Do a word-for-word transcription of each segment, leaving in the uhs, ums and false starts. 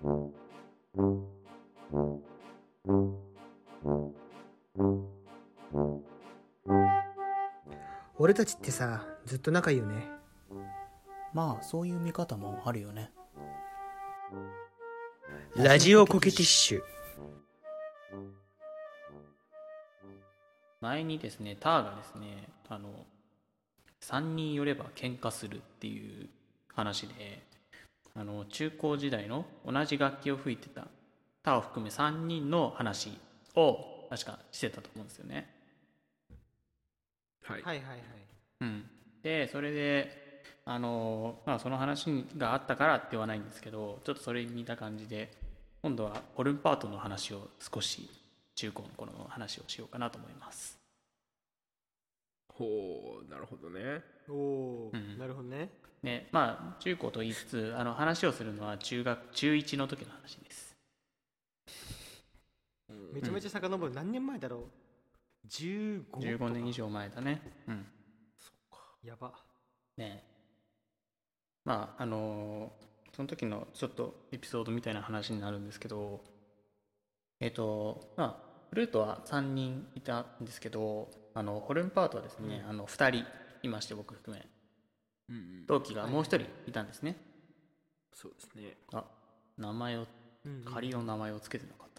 俺たちってさ、ずっと仲いいよね。 まあそういう見方もあるよね。 ラジオコケティッシュ。 前にですね、ターがですね、あのさんにん寄れば喧嘩するっていう話で、あの中高時代の同じ楽器を吹いてたターを含めさんにんの話を確かしてたと思うんですよね。 はいはいはいはい。 うん、でそれであの、まあ、その話があったからってはないんですけど、ちょっとそれに似た感じで今度はホルンパートの話を少し中高の頃の話をしようかなと思います。 ほう、なるほどね。 おお、 うん、 なるほどね。 ね、まあ中高と言いつつ、あの話をするのは中学中いちの時の話です。 めちゃめちゃ遡る。何年前だろう。じゅうごじゅうごねん以上前だね。うん。 そっか。やば。 ね、まああのその時のちょっとエピソードみたいな話になるんですけど、えっとまあフルートはさんにんいたんですけど、あのホルンパートはですね、うん、あのふたりいまして、僕含め、うんうん、同期がもうひとりいたんですね、はいはい、 そうですね。 あ、名前を、うんうん、仮の名前をつけてなかった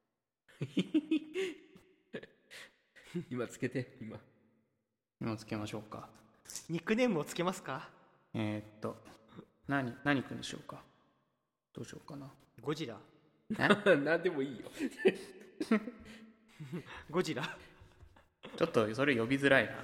今つけて、今今つけましょうか。 ニックネームをつけますか。 えー、っと何何くんでしょうか。どうしようかな。 ゴジラ何でもいいよゴジラちょっとそれ呼びづらいな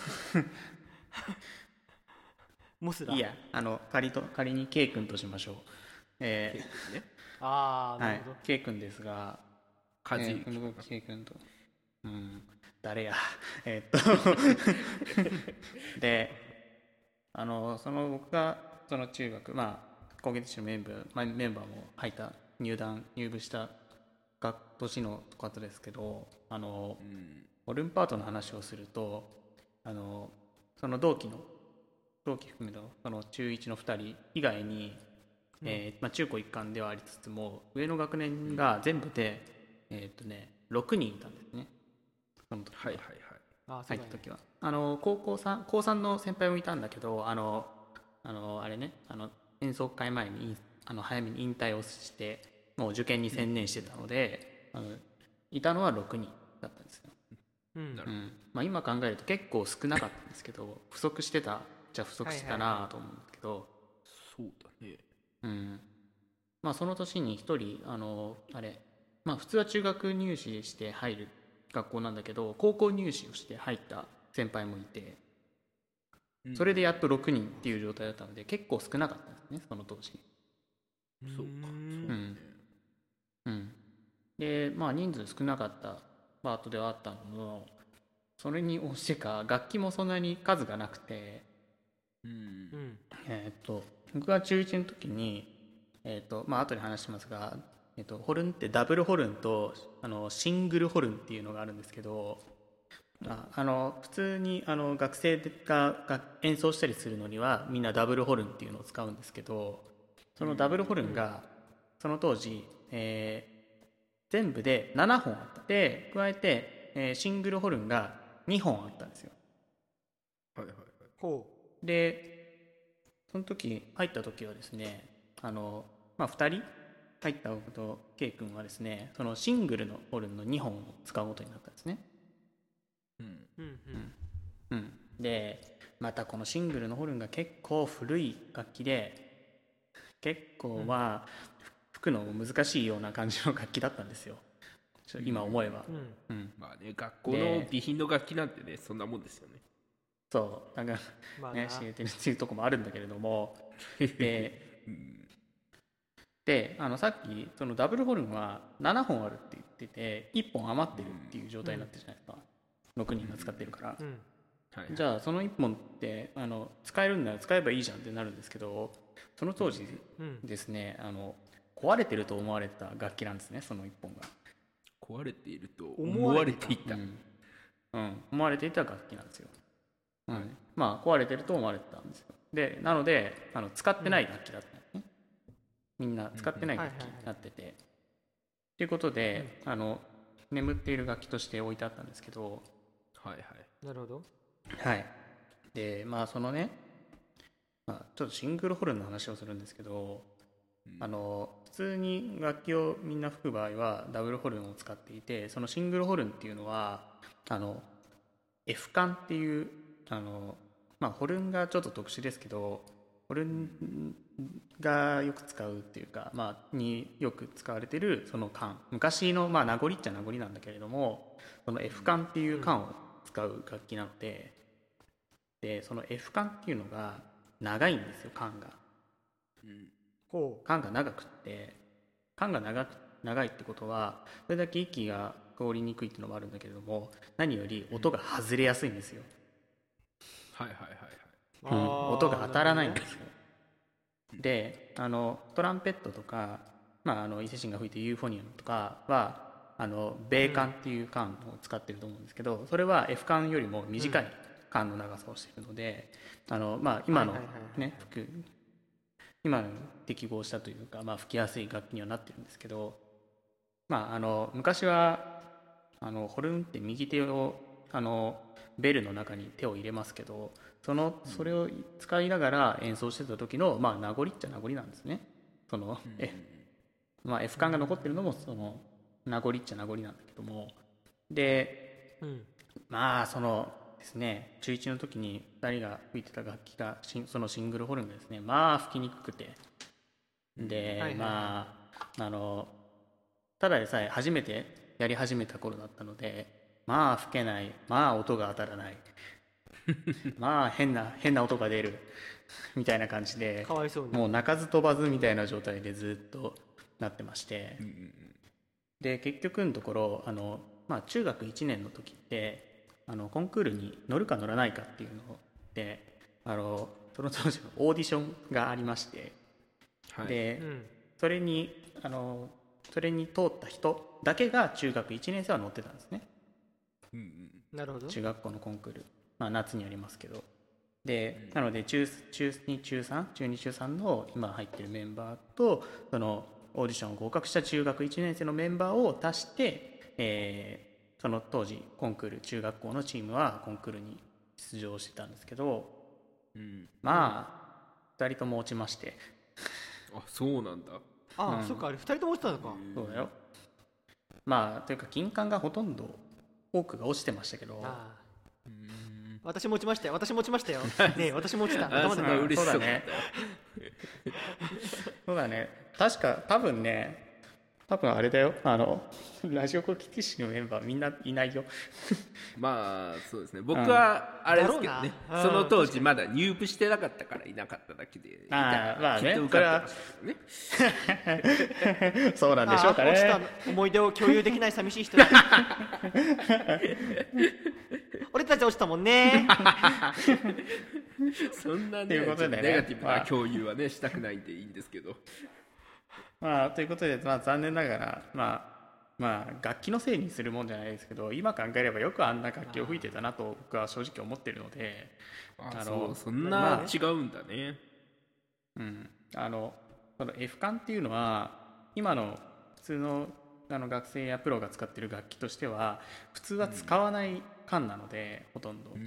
モスラ。 いいや、あの 仮, と仮に K 君としましょう。えー、K 君ね。 ああ、なるほど。 はい、K 君ですが、 カジ、 えー、K 君と、うん、誰やえー、っとで、あのその僕がその中学、まあコゲティッシュのメンバーメンバーも入った入団入部した学年の方ですけど、あの、うん、ホルンパートの話をすると、あのその同期の同期含めのその中いちのふたり以外に、うん、えーまあ、中高一貫ではありつつも上の学年が全部で、えーっとね、ろくにんいたんですね、その時は。はいはいはい、入った時はあの高校さん高さんの先輩もいたんだけど、あのあのあれね、あの演奏会前にあの早めに引退をしてもう受験に専念してたので、うん、あのいたのはろくにんだったんですよ、うんうんまあ、今考えると結構少なかったんですけど不足してたじゃ不足してたなと思うんですけど、 そうだね、 うんまあ、その年にひとりあのあれ、まあ、普通は中学入試して入る学校なんだけど、高校入試をして入った先輩もいて、それでやっとろくにんっていう状態だったので結構少なかったんですね、その当時。 そうか、そうだね、 うんうん、でまあ人数少なかったパートではあったのも、それに応じてか楽器もそんなに数がなくて、うんえー、っと僕が中いちの時に、えー、っとまあ後で話しますが、えー、っとホルンってダブルホルンとあのシングルホルンっていうのがあるんですけど、ああの普通にあの学生が演奏したりするのにはみんなダブルホルンっていうのを使うんですけど、そのダブルホルンがその当時、えー、全部でななほんあって、加えて、えー、シングルホルンがにほんあったんですよ。 はいはいはい。 ほうでその時入った時はですね、あの、まあ、ふたり入った僕と K 君はですね、そのシングルのホルンのにほんを使うことになったんですね。うんうんうんうん、でまたこのシングルのホルンが結構古い楽器で、結構まあ、うん、吹くのも難しいような感じの楽器だったんですよ、今思えば、 うんうん、まあね、学校の備品の楽器なんてね、そんなもんですよね。 そうなんか、まあね、知れてるっていうところもあるんだけれどもで、うん、であのさっきそのダブルホルンはななほんあるって言ってていっぽん余ってるっていう状態になってるじゃないですか、うんろくにんが使ってるから、うんはいはい、じゃあそのいっぽんってあの使えるんなら使えばいいじゃんってなるんですけど、その当時ですね、うん、あの壊れてると思われた楽器なんですね、そのいっぽんが。 壊れていると思われていた、 うんうん、思われていた楽器なんですよ、うん、まあ壊れてると思われてたんですよ。でなのであの使ってない楽器だったんですね、 みんな使ってない楽器になってて、ということで、あの眠っている楽器として置いてあったんですけど、 はいはい。 なるほど。 はいでまあそのね、まあ、ちょっとシングルホルンの話をするんですけど、うん、あの普通に楽器をみんな吹く場合はダブルホルンを使っていて、そのシングルホルンっていうのはあの F 管っていうあの、まあ、ホルンがちょっと特殊ですけど、ホルンがよく使うっていうか、まあ、によく使われているその管、昔の、まあ、名残っちゃ名残なんだけれども、その F 管っていう管を使う楽器なので、でその F 管っていうのが長いんですよ、管が。管が長くって管が長く長いってことはそれだけ息が通りにくいっていうのもあるんだけれども、何より音が外れやすいんですよ。 はいはいはいはい、 うん、音が当たらないんですよ。であのトランペットとか、まあ、あの伊勢神が吹いてユーフォニアムとかはあの米管っていう管を使ってると思うんですけど、それは F 管よりも短い管の長さをしているので、あの、まあ、今のね吹く今の適合したというか、まあ、吹きやすい楽器にはなってるんですけど、まあ、あの昔はあのホルンって右手をあのベルの中に手を入れますけど、そのそれを使いながら演奏してた時の、まあ、名残っちゃ名残なんですね。その、えまあ、F 管が残ってるのもその名残っちゃ名残なんだけども、で、うん、まあそのですね、中いちの時にふたりが吹いてた楽器がそのシングルホルンがですね、まあ吹きにくくて、で、はいはいはい、まああのただでさえ初めてやり始めた頃だったので、まあ吹けない、まあ音が当たらないまあ変な変な音が出るみたいな感じで、 かわいそうにもう鳴かず飛ばずみたいな状態でずっとなってまして、うんうん、で結局のところあの、まあ、中学いちねんの時ってあのコンクールに乗るか乗らないかっていうので、あのその当時のオーディションがありまして、はい、で、うん、それにあのそれに通った人だけが中学いちねん生は乗ってたんですね、 うんうん、なるほど。 中学校のコンクール、まあ、夏にありますけど、で、うん、なので中に中さん中に中さんの今入ってるメンバーとそのオーディションを合格した中学いちねん生のメンバーを足して、えーその当時コンクール中学校のチームはコンクールに出場してたんですけど、うん、まあふたりとも落ちまして。 あ、そうなんだ。 あ、うん、そっか、あれふたりとも落ちたのか。 そうだよ。まあというか金管がほとんど多くが落ちてましたけど、ああ、 うん、私も落ちましたよ私も落ちましたよねえ、私も落ちた。 あ、そんな嬉しそうだねそうだね、確か多分ね多分あれだよ、あのラジオコキティッシュのメンバーみんないないよまあそうですね、僕はあれですけどね、うん、その当時まだ入部してなかったからいなかっただけで、 ああまあね、それはそうなんでしょうかね。 落ちた思い出を共有できない寂しい人だ俺たち落ちたもんねそんなね、ねネガティブな共有はねしたくないんでいいんですけど、 まあ、ということで、まあ、残念ながら、まあまあ、楽器のせいにするもんじゃないですけど、今考えればよくあんな楽器を吹いてたなと僕は正直思ってるので、 ああのそんな違うんだね、 まあ、うんあのその F 管っていうのは今の普通のあの学生やプロが使ってる楽器としては普通は使わない管なので、うん、ほとんど、うん、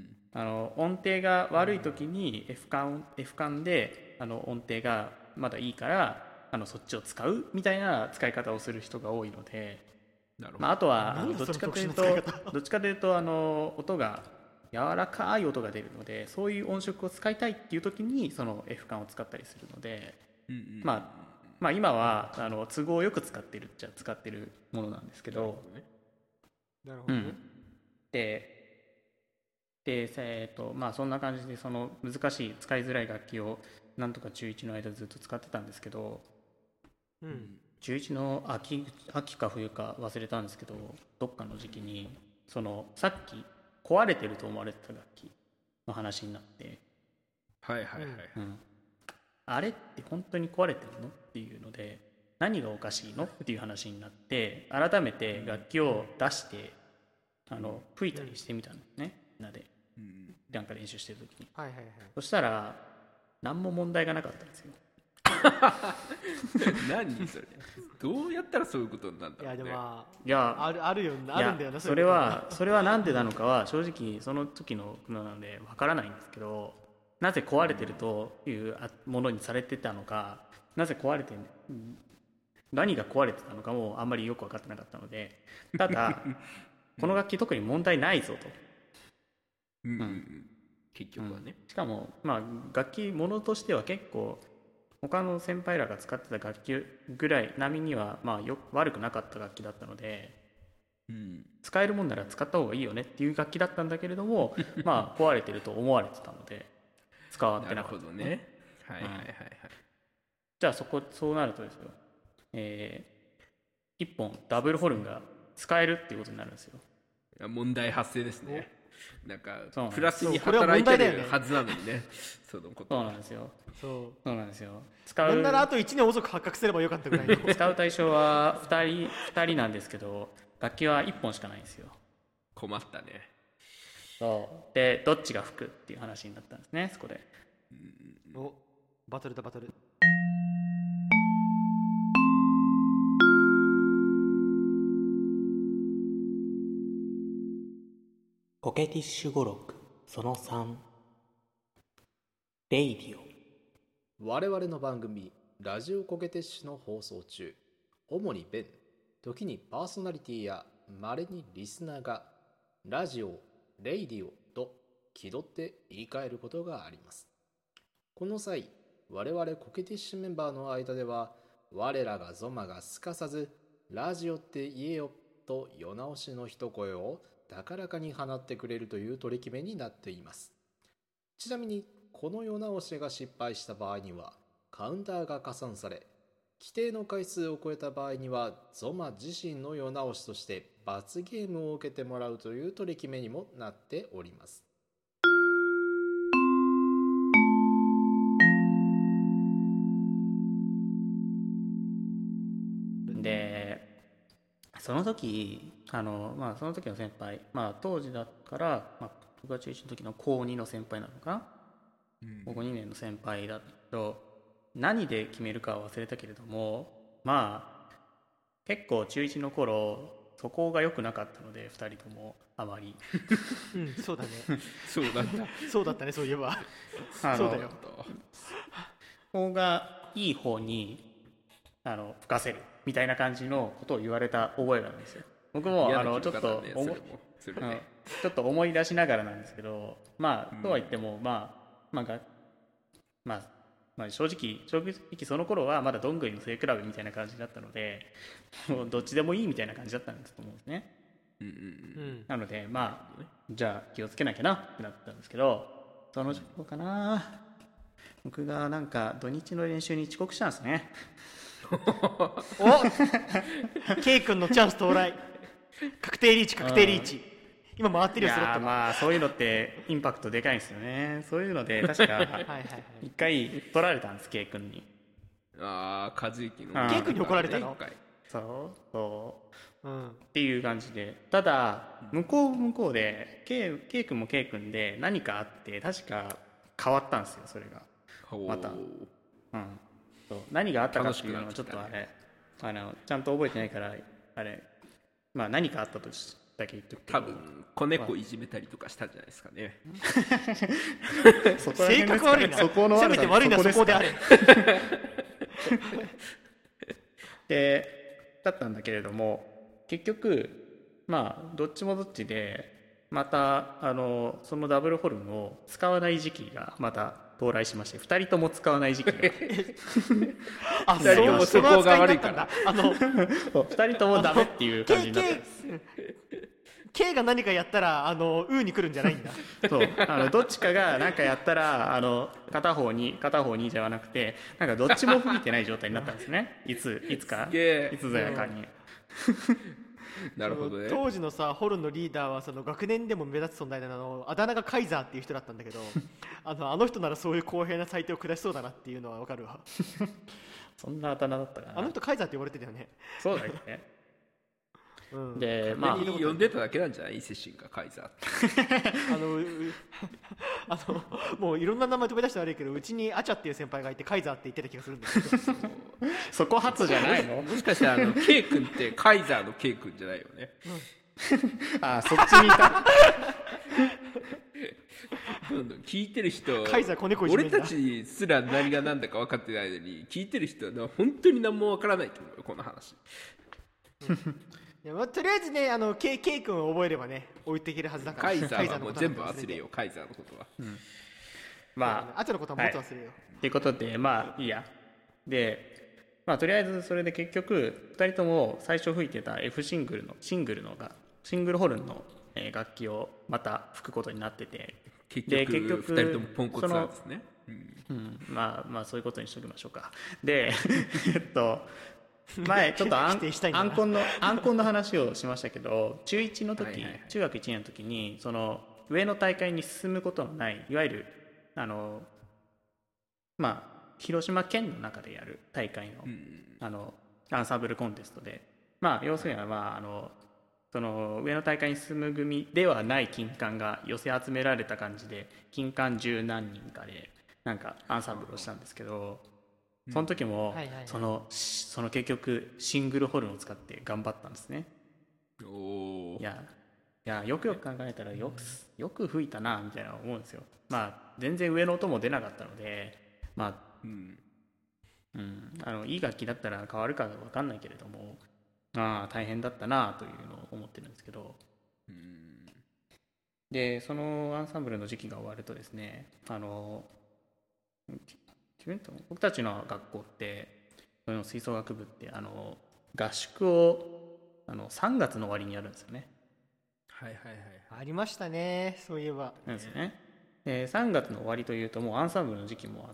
あの音程が悪い時に F 管、F 管であの音程がまだいいからあのそっちを使うみたいな使い方をする人が多いので、まあ、あとはどっちかというとどっちかというとあの音が柔らかい音が出るので、そういう音色を使いたいっていう時にその F 管を使ったりするので、うんうん、まあ、まあ今はあの都合よく使ってるっちゃ使ってるものなんですけど、 なるほどね、うん、 でで、えーとまあ、そんな感じでその難しい使いづらい楽器をなんとか中いちの間ずっと使ってたんですけど、うん、中いちの 秋, 秋か冬か忘れたんですけど、どっかの時期にそのさっき壊れてると思われてた楽器の話になって、 はいはいはい、うん、 あれって本当に壊れてるのっていうので、何がおかしいのっていう話になって、改めて楽器を出してあの吹いたりしてみたんですね、みんなで、うん、なんか練習してる時に、はいはいはい、そしたら何も問題がなかったんですよ。 何それどうやったらそういうことになるんだいやろうね。 でもまいやああるあるよあるんだよな。 いやそれはそれはなんでなのかは正直その時のものなのでわからないんですけど、なぜ壊れてるというものにされてたのか、なぜ壊れて何が壊れてたのかもあんまりよく分かってなかったので、ただこの楽器特に問題ないぞと、 うんうんうんうん結局はね、 うんしかもまあ楽器ものとしては結構他の先輩らが使ってた楽器ぐらい並みにはまあよ悪くなかった楽器だったので、 うん使えるもんなら使った方がいいよねっていう楽器だったんだけれどもまあ壊れてると思われてたので使わってなかったなるほどね。はいはいはいはい。 じゃあそこそうなるとですよ、えー、いっぽんダブルホルンが使えるっていうことになるんですよ。 いや問題発生ですね。なんかそうなんですプラスにそうこれは働いて問題だよねるはずなのにね。そのことそうなんですよそそうなんですよう使うなんならあといちねん遅く発覚すればよかったぐらいの使う対象はふたりふたりなんですけど楽器はいっぽんしかないんですよ。 困ったね。 そうでどっちが吹くっていう話になったんですね。そこでおバトルだバトル。 コケティッシュ語録そのさんレイディオ。 我々の番組ラジオコケテッシュの放送中、主にベン、時にパーソナリティや稀にリスナーがラジオ、レイディオと気取って言い換えることがあります。この際、我々コケティッシュメンバーの間では我らがゾマがすかさずラジオって言えよと世直しの一声を高らかに放ってくれるという取り決めになっています。ちなみにこの世直しが失敗した場合にはカウンターが加算され、規定の回数を超えた場合にはゾマ自身の世直しとして罰ゲームを受けてもらうという取り決めにもなっております。 でその時あの、まあ、その時の先輩、まあ、当時だから、まあ、僕が中いちの時の高にの先輩なのかな、高校にねんの先輩だと何で決めるかは忘れたけれども、まあ結構中いちの頃そこが良くなかったのでふたりともあまりうんそうだねそうなんだ。 そうだったねそういえばあのそうだよ。 ここがいい方にあの吹かせるみたいな感じのことを言われた覚えがあるんですよ。僕も嫌なあのちょっと思聞き方ねそれもそれうんねちょっと思い出しながらなんですけど、まあうんとは言っても、まあまあがまあまあ、正直正直その頃はまだどんぐりの背比べみたいな感じだったのでもうどっちでもいいみたいな感じだったんですと思うんですね。 うんうんううんんなのでまあじゃあ気をつけなきゃなってなったんですけど、その直後かな、僕がなんか土日の練習に遅刻したんですね。 おケイ君のチャンス到来。確定リーチ確定リーチ、今回っていやーるよスロットが。 まあそういうのってインパクトでかいんですよね。そういうので確かはいはいはい。 一回取られたんです、ケイ君に。 ああ和之のあーケイ君に怒られたの一回そうそううんっていう感じで、ただ向こう向こうで K, K 君も K 君で何かあって確か変わったんですよ、それが。 ほうまたうんそう何があったかっていうのはちょっとあれあのちゃんと覚えてないからあれまあ何かあったとだけ言っとくけど、 多分子猫いじめたりとかしたんじゃないですかね。 そこら辺性格悪いな。 そこのせめて悪いのはそこであれ。 でだったんだけれども、結局まあどっちもどっちでまたあのそのダブルホルンを使わない時期がまた到来しまして、ふたりとも使わない時期があ、 二人ともそこが悪いからあのふたりともダメっていう感じになったんです K が何かやったらあのウーに来るんじゃないんだ。 そうあのどっちかが何かやったらあの片方に片方にじゃなくてなんかどっちも吹いてない状態になったんですね。いついつかすげえいつぞやかに。 なるほどね。 当時のさホルンのリーダーはその学年でも目立つ存在で、あのあだ名がカイザーっていう人だったんだけどあのあの人ならそういう公平な裁定を下しそうだなっていうのはわかるわ。 そんなあだ名だったかな。 あの人カイザーって呼ばれてたよね。 そうだよね。 うん、 でまあ呼んでただけなんじゃない伊勢神がカイザーってあのあのもういろんな名前飛び出して悪いけど、うちにアチャっていう先輩がいてカイザーって言ってた気がするんですけどそこ初じゃないの？ もしかしたらあの K 君ってカイザーの K 君じゃないよね、 うん、あそっちにいたどんどん聞いてる人カイザー子猫いじめんだ。 俺たちすら何が何だか分かってないのに聞いてる人は本当に何も分からないと思うよこの話、 うん、いやまあ、とりあえずねあの K, K 君を覚えればね置いていけるはずだから。 カイザーはもう全部忘れようカイザーのことは、うん、 まああとのことはもっと忘れよう、 はい、っていうことでまあいいやで、まあ、とりあえずそれで結局ふたりとも最初吹いてた F シングルのシングルのがシングルホルンの楽器をまた吹くことになってて、 結局結局ふたりともポンコツなんですね、 うんうん、まあまあそういうことにしときましょうか。でえっと前ちょっとアンアンコンのアンコンの話をしましたけど、中いちの時、はいはいはい、中学いちねんの時にその上の大会に進むことのないいわゆるあのまあ広島県の中でやる大会の、うん、あのアンサンブルコンテストで、まあ要するにはまああのその上の大会に進む組ではない金管が寄せ集められた感じで金管十何人かでなんかアンサンブルをしたんですけど、その時もそのその結局シングルホルンを使って頑張ったんですね。おいやいやよくよく考えたらよくよく吹いたなみたいな思うんですよ。まあ全然上の音も出なかったので、まあ、うんうん、あのいい楽器だったら変わるか分かんないけれども、ああ大変だったなというのを思ってるんですけど、うん、でそのアンサンブルの時期が終わるとですね、あの僕たちの学校ってその吹奏楽部ってあの合宿をあのさんがつの終わりにやるんですよね。 はいはいはい、 ありましたねそういえば。 なんですよね。でさんがつの終わりというともうアンサンブルの時期もあって、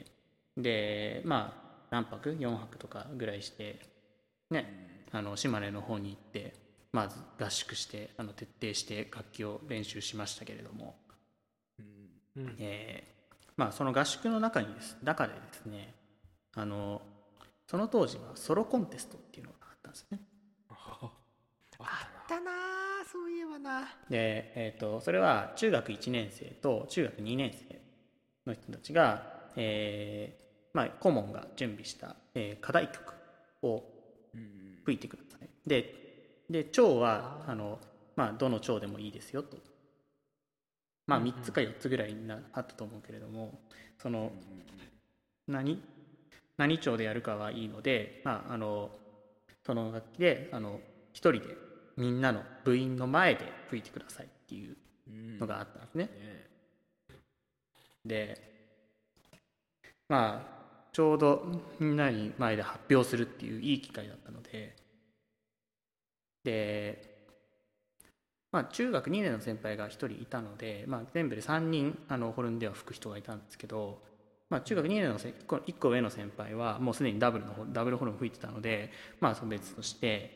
でまあ何泊よんはくとかぐらいしてね、あの島根の方に行ってまず合宿してあの徹底して楽器を練習しましたけれども、うん、えー、まあその合宿の中にです中でですね、あのその当時はソロコンテストっていうのがあったんですね。 あったなそういえばな。 で、えーと、それは中学いちねん生と中学にねん生の人たちが、えーまあ、顧問が準備した、えー、課題曲を吹いてください。で、で蝶はあの、まあ、どの蝶でもいいですよと、まあ、みっつかよっつぐらいになあったと思うけれども、その何何蝶でやるかはいいので、まあ、あのその楽器であの一人でみんなの部員の前で吹いてくださいっていうのがあったんですね。でまあちょうどみんなに前で発表するっていういい機会だったので、で、まあ、中学にねんの先輩がひとりいたので、まあ、全部でさんにんあのホルンでは吹く人がいたんですけど、まあ、中学にねんのいっこいっこ上の先輩はもうすでにダブルのダブルホルン吹いてたので、まあその別として、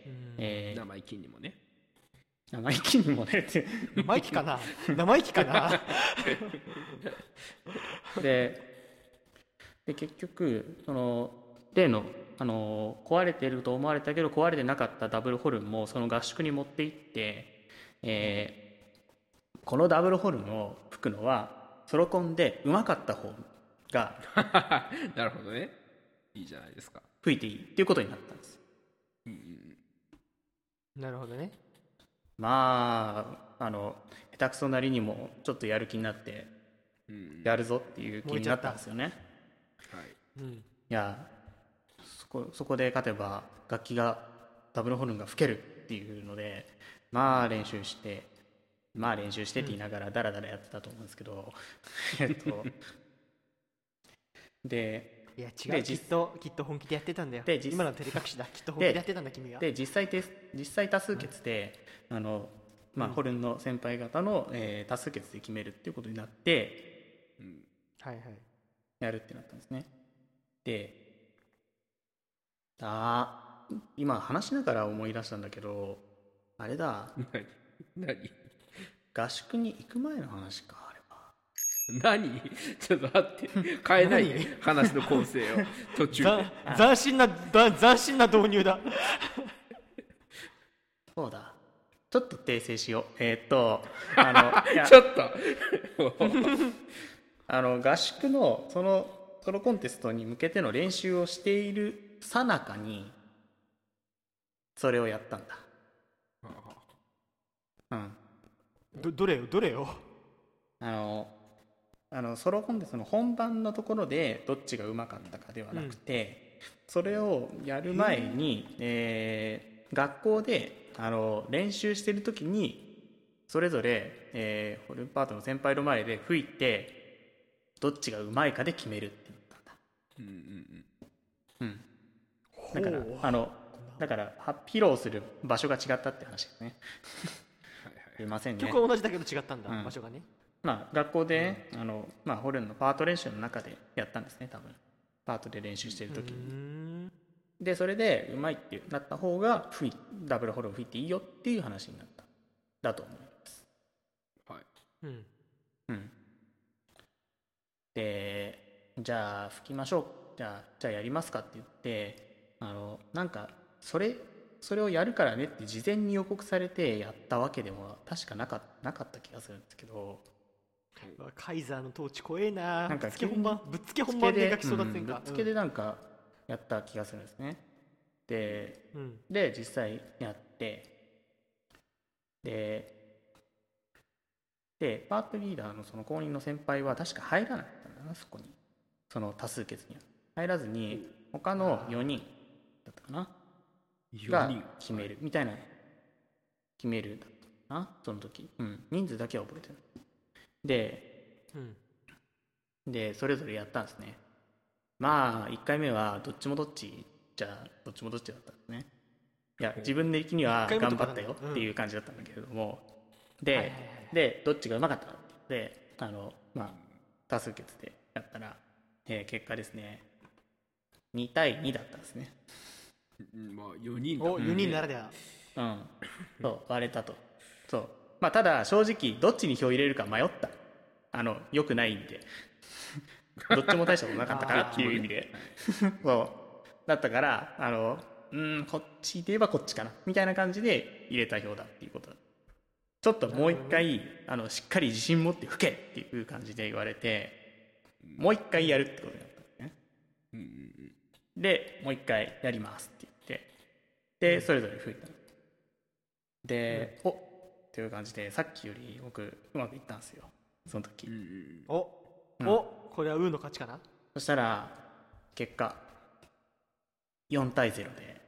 えー、生意気にもね生意気にもねって生意気かな生意気かなでで結局その例のあの壊れていると思われたけど壊れてなかったダブルホルンもその合宿に持って行って、えー、このダブルホルンを吹くのはソロコンでうまかった方がなるほどね、いいじゃないですか、 吹いていいっていうことになったんです。 うん、なるほどね。 まああの下手くそなりにもちょっとやる気になってやるぞっていう気になったんですよね。 はい、 うん、いやそこ、そこで勝てば楽器がダブルホルンが吹けるっていうので、まあ練習してまあ練習してって言いながらダラダラやってたと思うんですけど、うん、えっとでいや違う、きっときっと本気でやってたんだよ。で今の照れ隠しだ、きっと本気でやってたんだ君が。 で実際テス実際多数決で、うん、あのまあ、うん、ホルンの先輩方の、えー、多数決で決めるっていうことになって、 うん、はいはいやるってなったんですね。であ今話しながら思い出したんだけど、あれだ何合宿に行く前の話かあれは。 何ちょっと待って変えないで話の構成を途中で斬新な斬新な導入だそうだ、ちょっと訂正しよう。えーっとあのいやちょっとあの合宿のそのソロコンテストに向けての練習をしている最中にそれをやったんだ。うん。 どどれよどれよ。 あのあのソロコンテストの本番のところでどっちがうまかったかではなくて、うん、それをやる前に、えー、学校であの練習してる時にそれぞれ、えー、ホルンパートの先輩の前で吹いてどっちがうまいかで決めるって言ったんだ。うんうんうん。うん。だからあのだから披露する場所が違ったって話ですね。すいませんね。 曲は同じだけど違ったんだ、 うん、 場所がね。 まあ、学校で、あのまあ、ホルンのパート練習の中でやったんですね、多分パートで練習してる時に。でそれでうまいってなった方が吹いダブルホルン吹いていいよっていう話になっただと思います。 はい。 うんうん。でじゃあ吹きましょう、じゃあじゃあやりますかって言って、あのなんかそれそれをやるからねって事前に予告されてやったわけでも確かなかなかった気がするんですけど。 カイザーの統治怖えな。 なんかぶっつけ本番ぶっつけ本番で描きそうだってんか、 ぶっつけでなんかやった気がするんですね。で、うん、で実際やってででパートリーダーのその後任の先輩は確か入らなかったんだな、そこにその多数決には入らずに他のよにんだったかなが決めるみたいな、決めるだったなその時、うん、人数だけは覚えてる。で、うん、でそれぞれやったんですね。まあいっかいめはどっちもどっちじゃあどっちもどっちだったんですね。いや自分的には頑張ったよっていう感じだったんだけれども、うん、で、はいはいはい、でどっちがうまかったかであのまあ多数決でやったら、えー、結果ですねにたいにだったんですね。 まあよにんだおよにんならでは、 うん、そう割れたと。そうまあただ正直どっちに票入れるか迷った。あの良くない意味でどっちも大したことなかったからっていう意味でそうだったからあのうんこっちで言えばこっちかなみたいな感じで入れた票だっていうことだ。ちょっともう一回あのしっかり自信持って吹けっていう感じで言われてもう一回やるってことになったんですね。でもう一回やりますって言ってでそれぞれ吹いたで、うん、おっていう感じでさっきより僕うまくいったんですよその時。 お、うん、おこれはウーの勝ちかな。 そしたら結果よんたいゼロで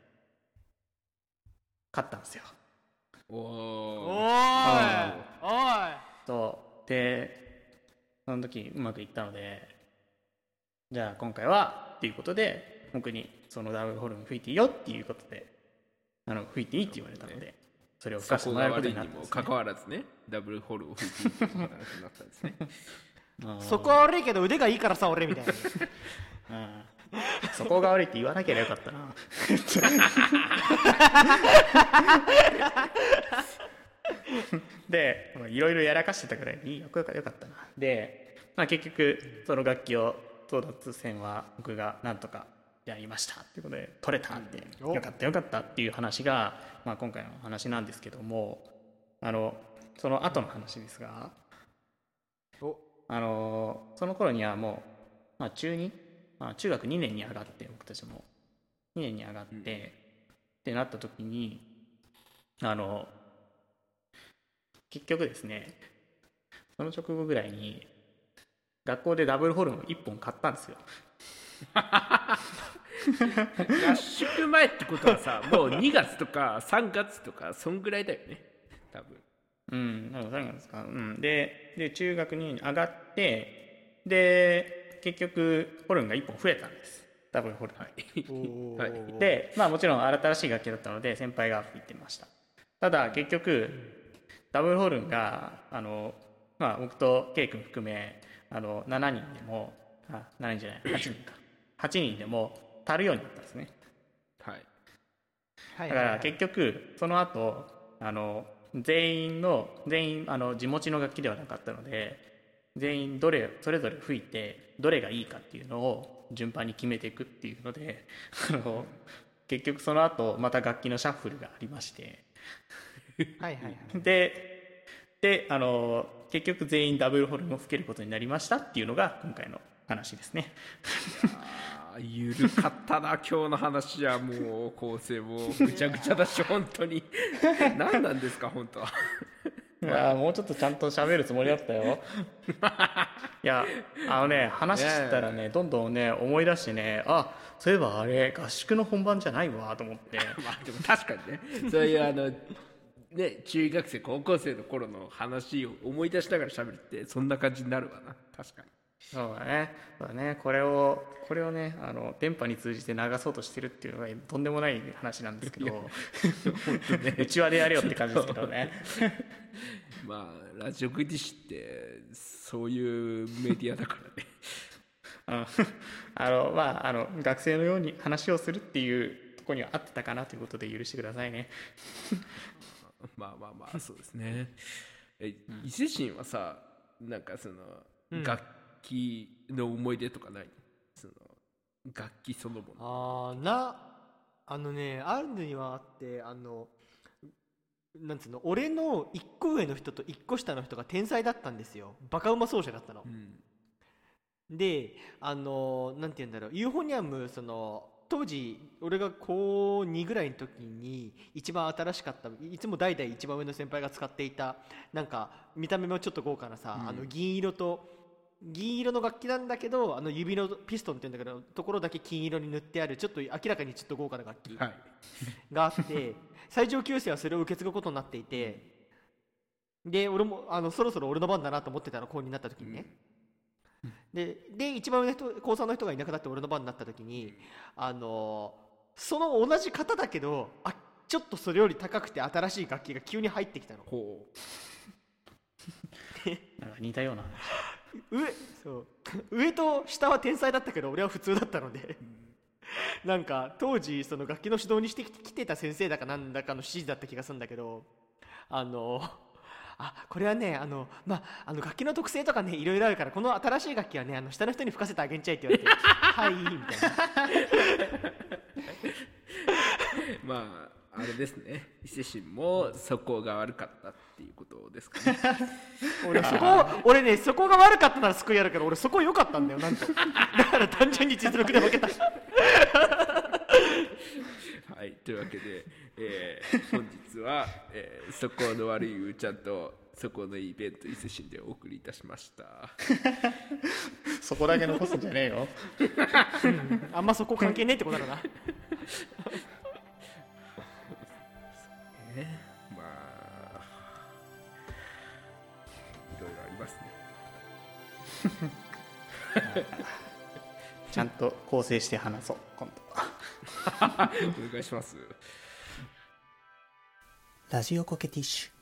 勝ったんですよ。 おーおーいおいそうでその時うまくいったのでじゃあ今回はっていうことで僕にそのダブルホルン吹いていいよっていうことであの吹いていいって言われたのでそれを吹かせてもらえることになったんですね。 そこが悪いにもかかわらずねダブルホルンを吹いていいって話になったんですねそこは悪いけど腕がいいからさ俺みたいなああそこが悪いって言わなきゃよかったなでいろいろやらかしてたくらいによかったな。で、まあ、結局その楽器を争奪戦は僕がなんとかやりましたっていうことで取れたんで、うん、よかったよかったっていう話が、まあ、今回の話なんですけどもあのその後の話ですがあのその頃にはもう、まあ、中に、まあ、中学にねんに上がって僕たちもにねんに上がって、うん、ってなった時にあの結局ですねその直後ぐらいに学校でダブルホルンをいっぽん買ったんですよ合宿前ってことはさもうにがつとかさんがつとかそんぐらいだよね多分。 うんさんがつですか、うん、で, で中学に上がってで結局ホルンがいっぽん増えたんですダブルホルン、はい、でまあもちろん新しい楽器だったので先輩が吹いてました。ただ結局ダブルホルンがあの、まあ、僕と K 君含めあのしちにんでもあしちにんじゃないはちにんかはちにんでも足るようになったんですね、 はい、 だから結局その後あの全員の全員あの地持ちの楽器ではなかったので全員どれそれぞれ吹いてどれがいいかっていうのを順番に決めていくっていうのであの結局その後また楽器のシャッフルがありましてはいはいはいでであの結局全員ダブルホルンを吹けることになりましたっていうのが今回の話ですね。 あーゆるかったな今日の話は。もう構成もぐちゃぐちゃだし本当に何なんですか本当は。 いやもうちょっとちゃんと喋るつもりだったよ。いやあのね話したらねどんどんね思い出してね、あそういえばあれ合宿の本番じゃないわと思って。 まあでも確かにねそういうあのね中学生高校生の頃の話を思い出しながら喋るってそんな感じになるわな。確かにそうだね、そうだね、これをこれをねあの電波に通じて流そうとしてるっていうのがとんでもない話なんですけど、うちわでやれよって感じですけどね。 まあラジオグディッシュってそういうメディアだからね。 あのまああの学生のように話をするっていうところには合ってたかなということで許してくださいね。 まあまあまあそうですね。え伊勢神はさなんかその、うん、楽器の思い出とかない？その楽器そのもの。 あーなあのねあるにはあって、あのなんつうの俺のいっこ上の人といっこ下の人が天才だったんですよ。バカうま奏者だったの、うん、であのなんて言うんだろうユーフォニアムその当時俺がこうにぐらいの時に一番新しかったいつも代々一番上の先輩が使っていたなんか見た目もちょっと豪華なさ、うん、あの銀色と銀色の楽器なんだけどあの指のピストンっていうんだけどところだけ金色に塗ってあるちょっと明らかにちょっと豪華な楽器があって、はい、最上級生はそれを受け継ぐことになっていて、で俺もあのそろそろ俺の番だなと思ってたの高になった時にね、うん、で, で一番上の人高さんの人がいなくなって俺の番になった時にあのその同じ方だけどあちょっとそれより高くて新しい楽器が急に入ってきたの。ほうなんか似たような上, そう上と下は天才だったけど俺は普通だったのでなんか当時その楽器の指導にしてきてた先生だかなんだかの指示だった気がするんだけど、あのあこれはねあの、まあ、あの楽器の特性とかねいろいろあるからこの新しい楽器はねあの下の人に吹かせてあげんちゃいって言われてはいみたいなまああれですね伊勢神もそこが悪かったっていうことですかね。 俺そこ俺ねそこが悪かったなら救いあるから俺そこ良かったんだよなんとだから単純に実力で負けた。 はいというわけで、えー、本日は、えー、そこの悪いうーちゃんとそこのイベント伊勢神でお送りいたしました。 そこだけ残すんじゃねえよ、 うん、あんまそこ関係ねえってことだな。 ね、まあいろいろありますね。ちゃんと構成して話そう今度は。お願いします。 ラジオコケティッシュ。